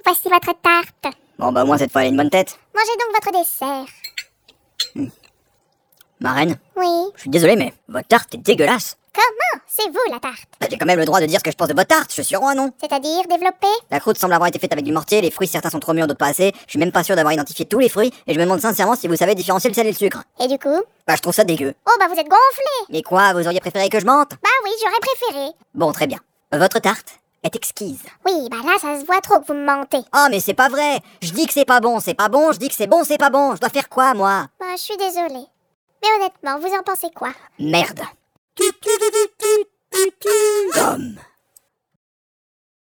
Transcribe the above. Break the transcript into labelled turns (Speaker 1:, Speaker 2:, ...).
Speaker 1: voici votre tarte.
Speaker 2: Bon bah au moins cette fois elle a une bonne tête.
Speaker 1: Mangez donc votre dessert.
Speaker 2: Ma reine,
Speaker 1: Oui.
Speaker 2: je suis désolé mais votre tarte est dégueulasse.
Speaker 1: Comment? C'est vous la tarte.
Speaker 2: J'ai quand même le droit de dire ce que je pense de votre tarte, je suis roi non?
Speaker 1: C'est-à-dire développer?
Speaker 2: La croûte semble avoir été faite avec du mortier, les fruits certains sont trop mûrs, d'autres pas assez, je suis même pas sûr d'avoir identifié tous les fruits, et je me demande sincèrement si vous savez différencier le sel et le sucre.
Speaker 1: Et du coup?
Speaker 2: Bah je trouve ça dégueu.
Speaker 1: Oh bah vous êtes gonflé.
Speaker 2: Mais quoi, vous auriez préféré que je mente?
Speaker 1: Bah oui, j'aurais préféré.
Speaker 2: Bon très bien. Votre tarte est exquise.
Speaker 1: Oui, bah là ça se voit trop que vous me mentez.
Speaker 2: Oh mais c'est pas vrai. Je dis que c'est pas bon, je dis que c'est bon, c'est pas bon. Je dois faire quoi moi?
Speaker 1: Bah je suis désolée. Mais honnêtement, vous en pensez quoi?
Speaker 2: Merde. Gomme.